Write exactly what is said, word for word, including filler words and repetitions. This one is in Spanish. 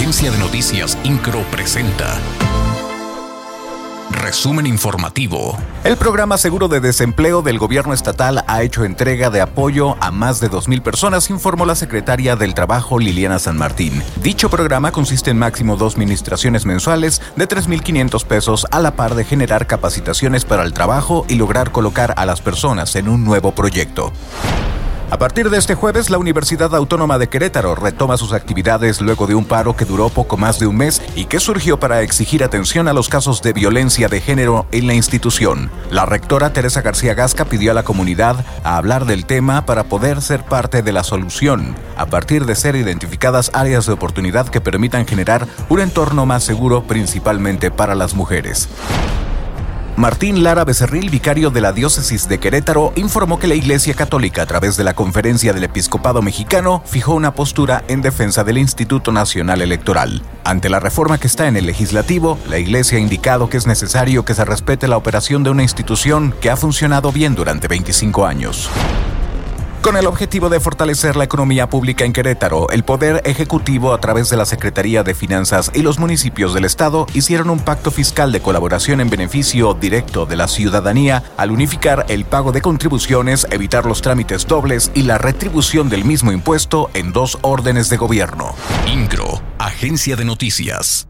Agencia de Noticias Incro presenta Resumen informativo. El programa Seguro de Desempleo del gobierno estatal ha hecho entrega de apoyo a más de dos mil personas, informó la secretaria del Trabajo, Liliana San Martín. Dicho programa consiste en máximo dos ministraciones mensuales de tres mil quinientos pesos, a la par de generar capacitaciones para el trabajo y lograr colocar a las personas en un nuevo proyecto. A partir de este jueves, la Universidad Autónoma de Querétaro retoma sus actividades luego de un paro que duró poco más de un mes y que surgió para exigir atención a los casos de violencia de género en la institución. La rectora Teresa García Gasca pidió a la comunidad a hablar del tema para poder ser parte de la solución, a partir de ser identificadas áreas de oportunidad que permitan generar un entorno más seguro, principalmente para las mujeres. Martín Lara Becerril, vicario de la Diócesis de Querétaro, informó que la Iglesia Católica, a través de la Conferencia del Episcopado Mexicano, fijó una postura en defensa del Instituto Nacional Electoral. Ante la reforma que está en el Legislativo, la Iglesia ha indicado que es necesario que se respete la operación de una institución que ha funcionado bien durante veinticinco años. Con el objetivo de fortalecer la economía pública en Querétaro, el Poder Ejecutivo, a través de la Secretaría de Finanzas y los municipios del Estado, hicieron un pacto fiscal de colaboración en beneficio directo de la ciudadanía al unificar el pago de contribuciones, evitar los trámites dobles y la retribución del mismo impuesto en dos órdenes de gobierno. Incro, Agencia de Noticias.